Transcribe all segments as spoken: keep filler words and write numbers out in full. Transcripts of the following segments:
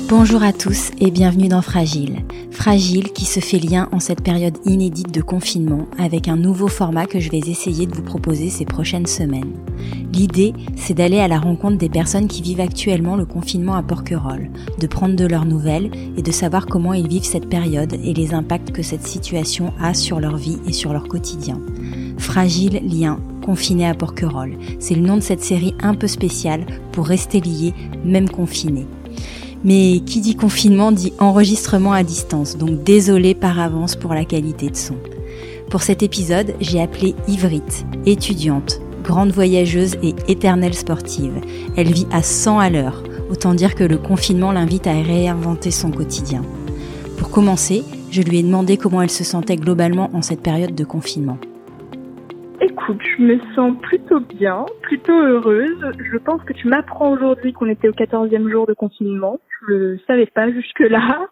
Bonjour à tous et bienvenue dans Fragile. Fragile qui se fait lien en cette période inédite de confinement avec un nouveau format que je vais essayer de vous proposer ces prochaines semaines. L'idée, c'est d'aller à la rencontre des personnes qui vivent actuellement le confinement à Porquerolles, de prendre de leurs nouvelles et de savoir comment ils vivent cette période et les impacts que cette situation a sur leur vie et sur leur quotidien. Fragile lien, confiné à Porquerolles, c'est le nom de cette série un peu spéciale pour rester lié, même confiné. Mais qui dit confinement dit enregistrement à distance, donc désolé par avance pour la qualité de son. Pour cet épisode, j'ai appelé Ivryth, étudiante, grande voyageuse et éternelle sportive. Elle vit à cent à l'heure, autant dire que le confinement l'invite à réinventer son quotidien. Pour commencer, je lui ai demandé comment elle se sentait globalement en cette période de confinement. Écoute, je me sens plutôt bien, plutôt heureuse. Je pense que tu m'apprends aujourd'hui qu'on était au quatorzième jour de confinement. Je le savais pas jusque-là.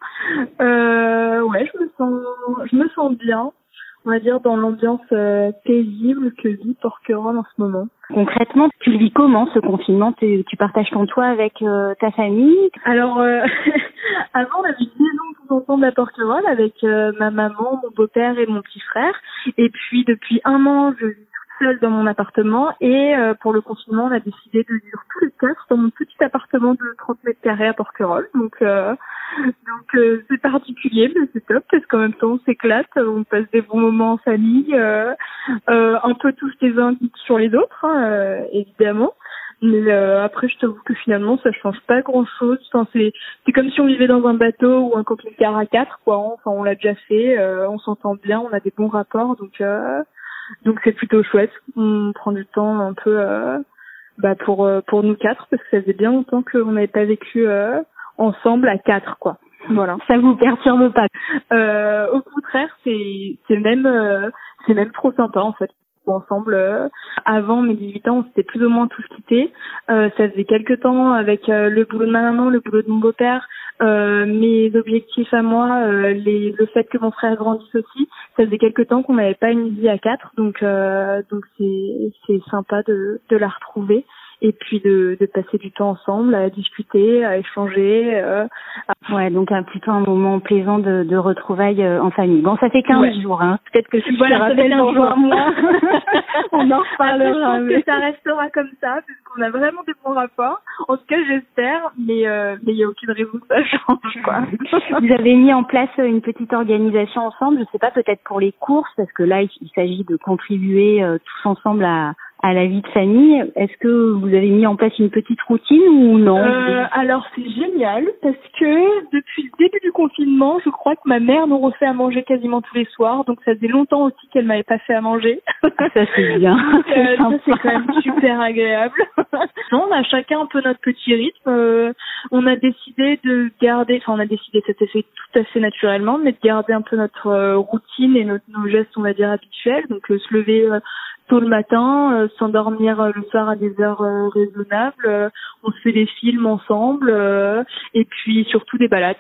Euh, ouais, je me sens, je me sens bien. On va dire dans l'ambiance euh, paisible que vit Porquerolles en ce moment. Concrètement, tu le vis comment ce confinement? tu, tu partages ton toit avec euh, ta famille? Alors, euh, avant on avait une maison tous ensemble à Porquerolles avec euh, ma maman, mon beau-père et mon petit frère. Et puis depuis un an, je vis toute seule dans mon appartement. Et euh, pour le confinement, on a décidé de vivre tous les quatre dans mon petit appartement de trente mètres carrés à Porquerolles. Donc, euh, donc euh, c'est particulier, mais c'est top parce qu'en même temps, on s'éclate, on passe des bons moments en famille, euh, euh, un peu tous les uns sur les autres, hein, euh, évidemment. Mais euh, après, je t'avoue que finalement, ça change pas grand-chose. Enfin, c'est c'est comme si on vivait dans un bateau ou un camping-car à quatre, quoi. Enfin, on l'a déjà fait, euh, on s'entend bien, on a des bons rapports, donc euh, donc c'est plutôt chouette. On prend du temps un peu euh, bah pour euh, pour nous quatre parce que ça faisait bien longtemps qu'on n'avait pas vécu euh, ensemble à quatre, quoi. Voilà. Ça vous perturbe pas? Euh, au contraire, c'est c'est même euh, c'est même trop sympa en fait. Ensemble, euh, avant mes dix-huit ans, on s'était plus ou moins tous quittés. Euh, ça faisait quelques temps avec euh, le boulot de ma maman, le boulot de mon beau-père, euh, mes objectifs à moi, euh, les, le fait que mon frère grandisse aussi. Ça faisait quelques temps qu'on n'avait pas une vie à quatre, donc euh, donc c'est c'est sympa de de la retrouver. Et puis de, de passer du temps ensemble, à discuter, à échanger. Euh, à... Ouais, donc un, plutôt un moment plaisant de, de retrouvailles euh, en famille. Bon, ça fait quinze ouais. jours, hein. Peut-être que si voilà, je te rappelle dans un mois, on en reparlera. Je pense que ça restera comme ça, parce qu'on a vraiment des bons rapports. En tout cas, j'espère, mais euh, mais il n'y a aucune raison que ça change, quoi. Vous avez mis en place une petite organisation ensemble, je sais pas, peut-être pour les courses, parce que là, il, il s'agit de contribuer euh, tous ensemble à à la vie de famille. Est-ce que vous avez mis en place une petite routine ou non? euh, Alors c'est génial parce que depuis le début du confinement, je crois que ma mère nous refait à manger quasiment tous les soirs, donc ça faisait longtemps aussi qu'elle m'avait pas fait à manger. Ah, ça c'est bien. euh, ça c'est quand même super agréable. Non, on a chacun un peu notre petit rythme. Euh, on a décidé de garder, enfin on a décidé, ça s'est fait tout à fait naturellement, mais de garder un peu notre euh, routine et notre, nos gestes, on va dire habituels. Donc euh, se lever euh, tôt le matin, euh, s'endormir euh, le soir à des heures euh, raisonnables, euh, on se fait des films ensemble, euh, et puis surtout des balades,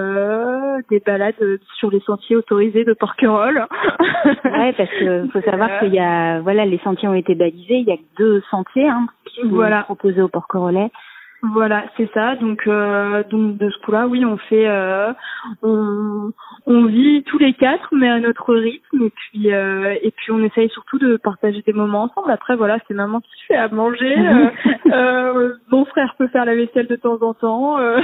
euh, des balades euh, sur les sentiers autorisés de Porquerolles. Ouais, parce que faut savoir qu'il y a, voilà, les sentiers ont été balisés, il y a que deux sentiers hein, qui sont voilà. proposés aux Porquerolais. Voilà, c'est ça. Donc, euh, donc de ce coup-là, oui, on fait, euh, on, on vit tous les quatre, mais à notre rythme. Et puis, euh, et puis, on essaye surtout de partager des moments ensemble. Après, voilà, c'est maman qui fait à manger. Euh, euh, mon frère peut faire la vaisselle de temps en temps. Euh.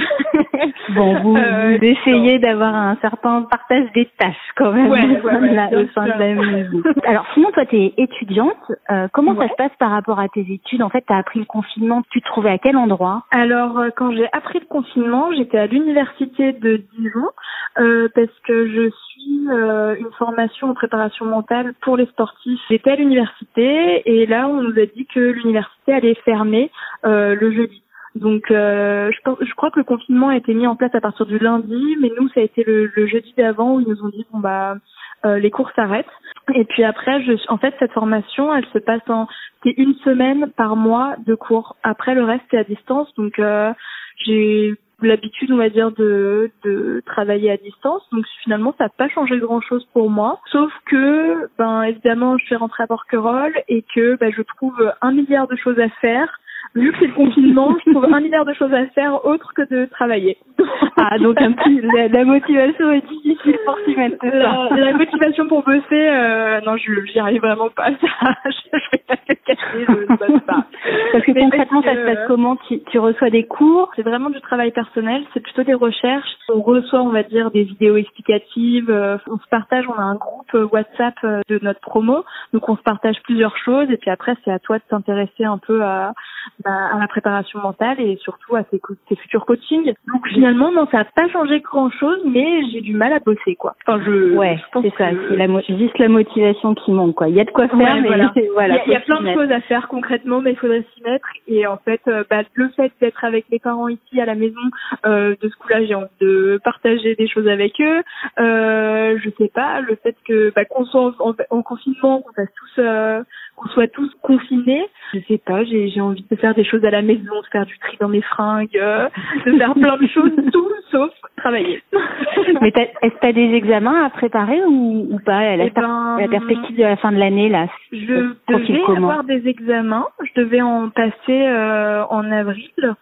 Bon, vous, euh, vous essayez d'avoir un certain partage des tâches quand même ouais, ouais, ouais, là, au sein de la maison. Alors, sinon, toi, tu es étudiante. Euh, comment ouais. ça se passe par rapport à tes études? En fait, tu as appris le confinement. Tu te trouvais à quel endroit? Alors, euh, quand j'ai appris le confinement, j'étais à l'université de Dijon euh, parce que je suis euh, une formation en préparation mentale pour les sportifs. J'étais à l'université et là, on nous a dit que l'université allait fermer euh, le jeudi. Donc, euh, je, pense, je crois que le confinement a été mis en place à partir du lundi, mais nous, ça a été le, le jeudi d'avant où ils nous ont dit bon bah euh, les cours s'arrêtent. Et puis après, je, en fait, cette formation, elle se passe en c'est une semaine par mois de cours. Après, le reste c'est à distance. Donc, euh, j'ai l'habitude, on va dire, de, de travailler à distance. Donc, finalement, ça n'a pas changé grand-chose pour moi. Sauf que, ben, évidemment, je suis rentrée à Porquerolles et que ben, je trouve un milliard de choses à faire. vu que c'est le confinement, je trouve un milliard de choses à faire autre que de travailler. Ah, donc un petit, la, la motivation est difficile pour s'y mettre. La, la motivation pour bosser, euh, non, je j'y arrive vraiment pas. Ça, je, je vais pas te cacher, je ne bosse pas. Parce que Mais concrètement, parce ça que, se passe comment? tu, tu reçois des cours? C'est vraiment du travail personnel, c'est plutôt des recherches. On reçoit, on va dire, des vidéos explicatives. Euh, on se partage, on a un groupe WhatsApp euh, de notre promo, donc on se partage plusieurs choses. Et puis après, c'est à toi de t'intéresser un peu à, bah, à la préparation mentale et surtout à tes, tes futurs coachings. Donc finalement, non, ça n'a pas changé grand-chose, mais j'ai du mal à bosser, quoi. Enfin, je, ouais, je pense c'est ça, que... c'est la, juste la motivation qui manque, quoi. Il y a de quoi faire, ouais, mais voilà. voilà. Il y a, y a plein de choses à faire concrètement, mais il faudrait s'y mettre. Et en fait, euh, bah, le fait d'être avec mes parents ici à la maison, euh, de ce coup-là, j'ai envie de partager des choses avec eux. Euh, je sais pas, le fait que bah, qu'on soit en, en, en confinement, qu'on fasse tous, euh, qu'on soit tous confinés, je sais pas, j'ai, j'ai envie de faire des choses à la maison, de faire du tri dans mes fringues, euh, de faire plein de choses, tout sauf travailler. Mais t'as, est-ce que tu as des examens à préparer ou, ou pas, la, Eh ben, la perspective de la fin de l'année, là? Je devais avoir des examens, je devais en passer euh, en avril.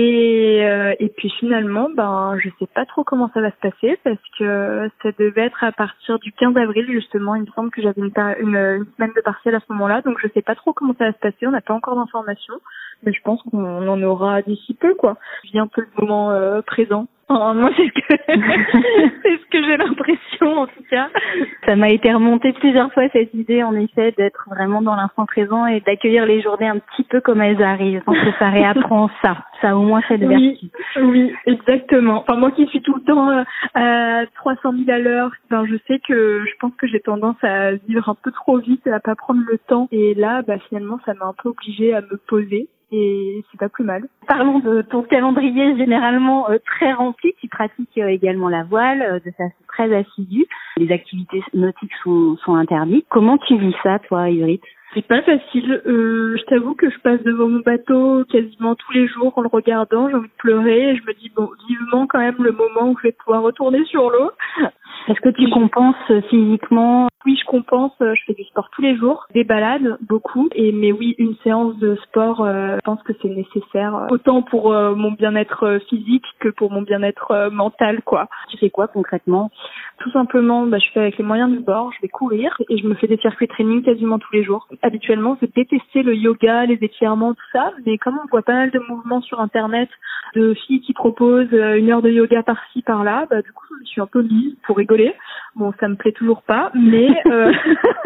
Et, euh, et puis finalement, ben, je sais pas trop comment ça va se passer parce que ça devait être à partir du quinze avril justement. Il me semble que j'avais une, une, une semaine de partiel à ce moment-là, donc je sais pas trop comment ça va se passer. On n'a pas encore d'informations, mais je pense qu'on en aura d'ici peu, quoi. Je vis un peu le moment euh, présent. Enfin, moi, c'est ce que c'est ce que j'ai l'impression, en tout cas. Ça m'a été remonté plusieurs fois cette idée, en effet, d'être vraiment dans l'instant présent et d'accueillir les journées un petit peu comme elles arrivent. Donc ça réapprend ça. Ça a au moins cette vertu. Oui, oui, exactement. Enfin, moi qui suis tout le temps euh, à trois cent mille à l'heure, ben, je sais que je pense que j'ai tendance à vivre un peu trop vite et à pas prendre le temps. Et là, bah, finalement, ça m'a un peu obligée à me poser. Et c'est pas plus mal. Parlons de ton calendrier généralement euh, très rempli. Tu pratiques euh, également la voile euh, de façon très assidue. Les activités nautiques sont, sont interdites. Comment tu vis ça, toi, Ivrith? C'est pas facile. Euh, je t'avoue que je passe devant mon bateau quasiment tous les jours en le regardant. J'ai envie de pleurer et je me dis, bon, vivement quand même le moment où je vais pouvoir retourner sur l'eau. Est-ce que tu compenses physiquement? Oui, je compense. Je fais du sport tous les jours, des balades, beaucoup. Et mais oui, une séance de sport, euh, je pense que c'est nécessaire, autant pour euh, mon bien-être physique que pour mon bien-être euh, mental, quoi. Tu fais quoi concrètement? Tout simplement, bah, je fais avec les moyens du bord. Je vais courir et je me fais des circuits training quasiment tous les jours. Habituellement, je détestais le yoga, les étirements, tout ça. Mais comme on voit pas mal de mouvements sur Internet de filles qui proposent une heure de yoga par-ci, par-là, bah, du coup, je me suis un peu mise pour rigoler. Bon, ça me plaît toujours pas, mais euh...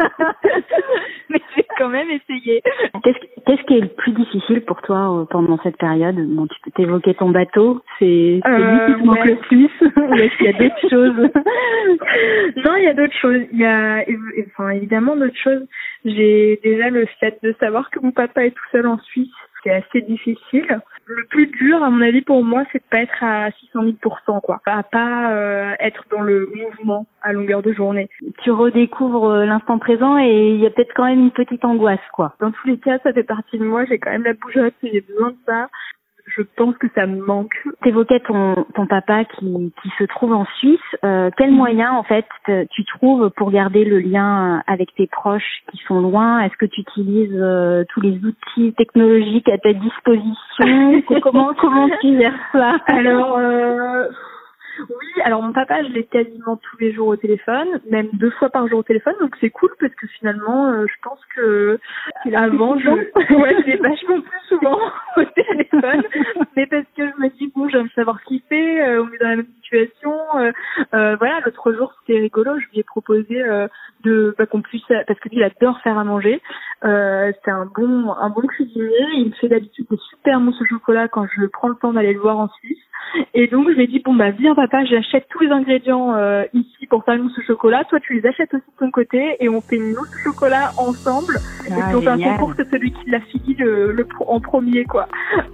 mais j'ai quand même essayé. Qu'est-ce, qu'est-ce qui est le plus difficile pour toi euh, pendant cette période? Bon, tu peux t'évoquer ton bateau, c'est, c'est euh, lui qui te manque ouais. le plus. Ou est-ce qu'il y a d'autres choses? Non, il y a d'autres choses. Il y a, enfin, évidemment d'autres choses. J'ai déjà le fait de savoir que mon papa est tout seul en Suisse. C'est assez difficile. Le plus dur, à mon avis, pour moi, c'est de pas être à six cent mille pour cent, quoi. À pas euh, être dans le mouvement à longueur de journée. Tu redécouvres l'instant présent et il y a peut-être quand même une petite angoisse, quoi. Dans tous les cas, ça fait partie de moi. J'ai quand même la bougeotte, j'ai besoin de ça. Je pense que ça me manque. T'évoquais ton, ton papa qui, qui se trouve en Suisse. Euh, quels moyens, en fait, tu trouves pour garder le lien avec tes proches qui sont loin? Est-ce que tu utilises euh, tous les outils technologiques à ta disposition? comment, comment tu gères ça? Alors, euh... oui, alors mon papa, je l'ai quasiment tous les jours au téléphone, même deux fois par jour au téléphone, donc c'est cool parce que finalement, euh, je pense que avant, je, ouais, je l'ai vachement plus souvent au téléphone, mais parce que je me dis bon, j'aime savoir ce qu'il fait, euh, on est dans la même situation, euh, euh, voilà. L'autre jour, c'était rigolo, je lui ai proposé euh, de bah, qu'on puisse, parce que lui, il adore faire à manger, euh, c'est un bon, un bon cuisinier, il me fait d'habitude des super mousses au chocolat quand je prends le temps d'aller le voir en Suisse. Et donc, je lui ai dit, bon, bah, viens, papa, j'achète tous les ingrédients euh, ici pour faire une mousse au chocolat. Toi, tu les achètes aussi de ton côté et on fait une mousse au chocolat ensemble. Ah, et puis, on fait un concours, c'est celui qui l'a fini le, le, en premier, quoi.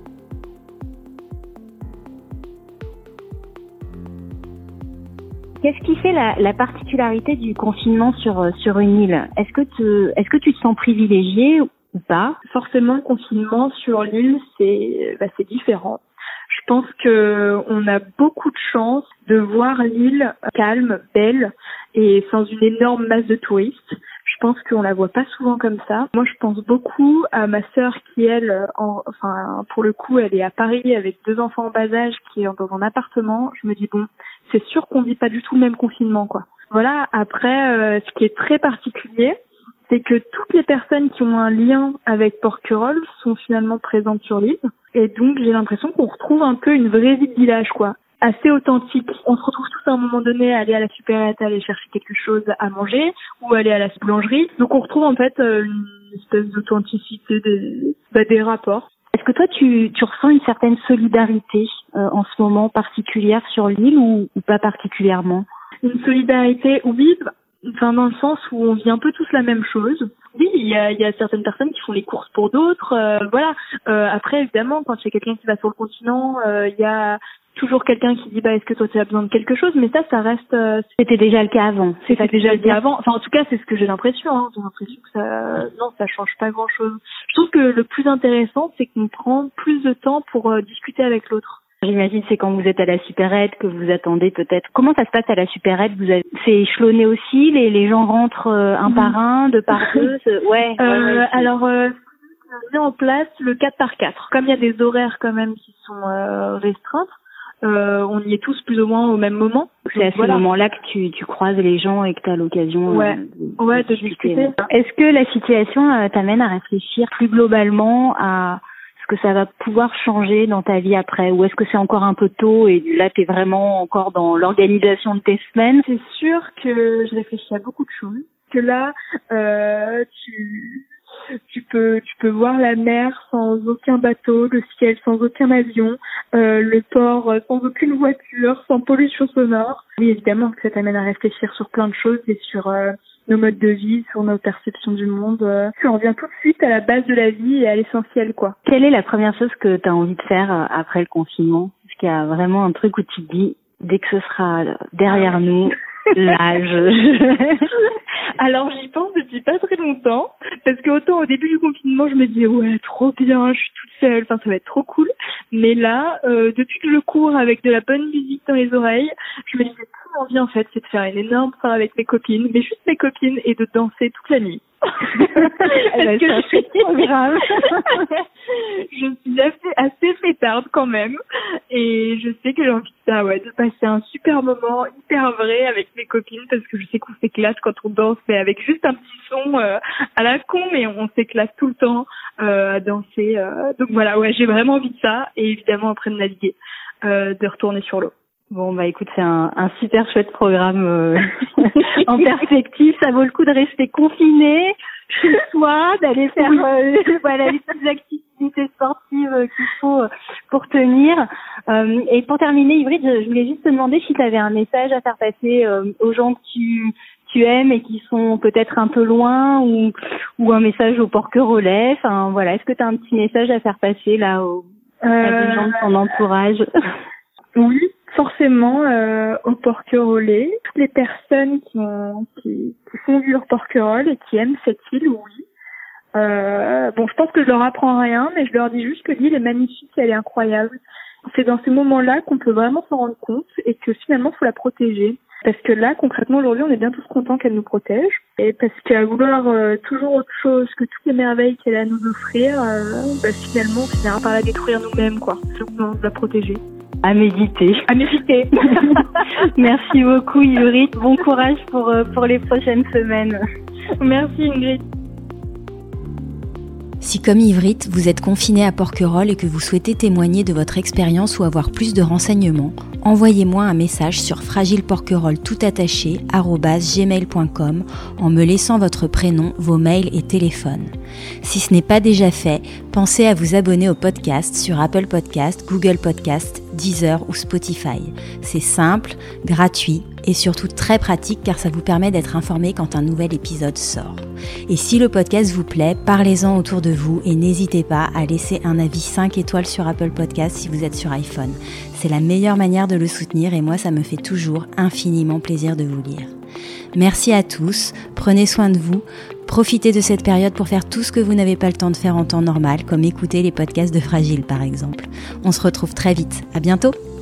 Qu'est-ce qui fait la, la particularité du confinement sur, sur une île? Est-ce que, tu, est-ce que tu te sens privilégiée ou pas? Forcément, le confinement sur l'île, c'est, bah, c'est différent. Je pense que on a beaucoup de chance de voir l'île calme, belle et sans une énorme masse de touristes. Je pense qu'on la voit pas souvent comme ça. Moi, je pense beaucoup à ma sœur qui, elle, en, enfin, pour le coup, elle est à Paris avec deux enfants en bas âge, qui est dans un appartement. Je me dis, bon, c'est sûr qu'on vit pas du tout le même confinement, quoi. Voilà. Après, euh, ce qui est très particulier, c'est que toutes les personnes qui ont un lien avec Porquerolles sont finalement présentes sur l'île. Et donc, j'ai l'impression qu'on retrouve un peu une vraie vie de village, quoi. Assez authentique. On se retrouve tous à un moment donné à aller à la supérette, à aller chercher quelque chose à manger, ou aller à la boulangerie. Donc, on retrouve en fait une espèce d'authenticité des, bah, des rapports. Est-ce que toi, tu, tu ressens une certaine solidarité euh, en ce moment particulière sur l'île ou, ou pas particulièrement? Une solidarité, oui, enfin dans le sens où on vit un peu tous la même chose. Oui, il y a, il y a certaines personnes qui font les courses pour d'autres, euh, voilà. Euh, après, évidemment, quand il y a quelqu'un qui va sur le continent, euh, il y a toujours quelqu'un qui dit bah est-ce que toi tu as besoin de quelque chose, mais ça ça reste euh, c'était déjà le cas avant. C'était déjà le cas avant. Enfin en tout cas c'est ce que j'ai l'impression. Hein. J'ai l'impression que ça non ça change pas grand chose. Je trouve que le plus intéressant c'est qu'on prend plus de temps pour euh, discuter avec l'autre. J'imagine c'est quand vous êtes à la supérette que vous attendez peut-être. Comment ça se passe à la supérette? Vous avez c'est échelonné aussi, les les gens rentrent euh, un mmh. par un, deux par deux. Ouais. Euh, ouais, ouais alors euh, on a mis en place le quatre par quatre. Comme il y a des horaires quand même qui sont euh, restreintes. Euh, on y est tous plus ou moins au même moment. C'est à ce voilà. moment-là que tu, tu croises les gens et que tu as l'occasion ouais. euh, de, ouais, de de discuter. discuter. Est-ce que la situation euh, t'amène à réfléchir plus globalement à ce que ça va pouvoir changer dans ta vie après? Ou est-ce que c'est encore un peu tôt et là tu es vraiment encore dans l'organisation de tes semaines? C'est sûr que je réfléchis à beaucoup de choses. Que là, euh, tu... Tu peux, tu peux voir la mer sans aucun bateau, le ciel sans aucun avion, euh, le port sans aucune voiture, sans pollution sonore. Oui, évidemment que ça t'amène à réfléchir sur plein de choses et sur euh, nos modes de vie, sur nos perceptions du monde. Euh. On revient tout de suite à la base de la vie et à l'essentiel, quoi. Quelle est la première chose que tu as envie de faire après le confinement? Est-ce qu'il y a vraiment un truc où tu te dis, dès que ce sera derrière nous, là, je... Alors j'y pense depuis pas très longtemps, parce que autant au début du confinement je me disais ouais trop bien, je suis toute seule, enfin ça va être trop cool, mais là euh, depuis que je cours avec de la bonne musique dans les oreilles, je me disais tout envie en fait c'est de faire une énorme soirée avec mes copines, mais juste mes copines et de danser toute la nuit. Est-ce que je suis trop grave? Je suis assez, assez fêtarde quand même et je sais que j'ai envie de ça, ouais, de passer un super moment hyper vrai avec mes copines parce que je sais qu'on s'éclate quand on danse, mais avec juste un petit son euh, à la con, mais on s'éclate tout le temps euh, à danser. Euh, donc voilà, ouais, j'ai vraiment envie de ça et évidemment après de naviguer, euh, de retourner sur l'eau. Bon bah écoute, c'est un, un super chouette programme euh, en perspective. Ça vaut le coup de rester confiné chez soi, d'aller faire euh, voilà les petites activités sportives euh, qu'il faut euh, pour tenir. Euh, et pour terminer, Ivry, je, je voulais juste te demander si tu avais un message à faire passer euh, aux gens que tu tu aimes et qui sont peut-être un peu loin ou ou un message aux Porquerolais. Enfin voilà, est-ce que tu as un petit message à faire passer là aux euh, à des gens de ton entourage? Oui. Forcément, euh, au Porquerolais, toutes les personnes qui, ont, qui, qui font vivre Porquerolles et qui aiment cette île, oui. Euh, bon, je pense que je leur apprends rien, mais je leur dis juste que l'île est magnifique, elle est incroyable. C'est dans ces moments-là qu'on peut vraiment s'en rendre compte et que finalement, il faut la protéger. Parce que là, concrètement, aujourd'hui, on est bien tous contents qu'elle nous protège. Et parce qu'à vouloir euh, toujours autre chose que toutes les merveilles qu'elle a à nous offrir, euh, bah, finalement, on finira par la détruire nous-mêmes, quoi. Donc, de la protéger. À méditer. À méditer. Merci beaucoup, Ivry. Bon courage pour, pour les prochaines semaines. Merci, Ingrid. Si comme Ivry, vous êtes confiné à Porquerolles et que vous souhaitez témoigner de votre expérience ou avoir plus de renseignements, envoyez-moi un message sur fragileporquerolles tout attaché arobase gmail point com en me laissant votre prénom, vos mails et téléphone. Si ce n'est pas déjà fait, pensez à vous abonner au podcast sur Apple Podcast, Google Podcast, Deezer ou Spotify. C'est simple, gratuit et surtout très pratique car ça vous permet d'être informé quand un nouvel épisode sort. Et si le podcast vous plaît, parlez-en autour de vous et n'hésitez pas à laisser un avis cinq étoiles sur Apple Podcast si vous êtes sur iPhone. C'est la meilleure manière de le soutenir et moi ça me fait toujours infiniment plaisir de vous lire. Merci à tous, prenez soin de vous, profitez de cette période pour faire tout ce que vous n'avez pas le temps de faire en temps normal, comme écouter les podcasts de Fragile par exemple. On se retrouve très vite, à bientôt!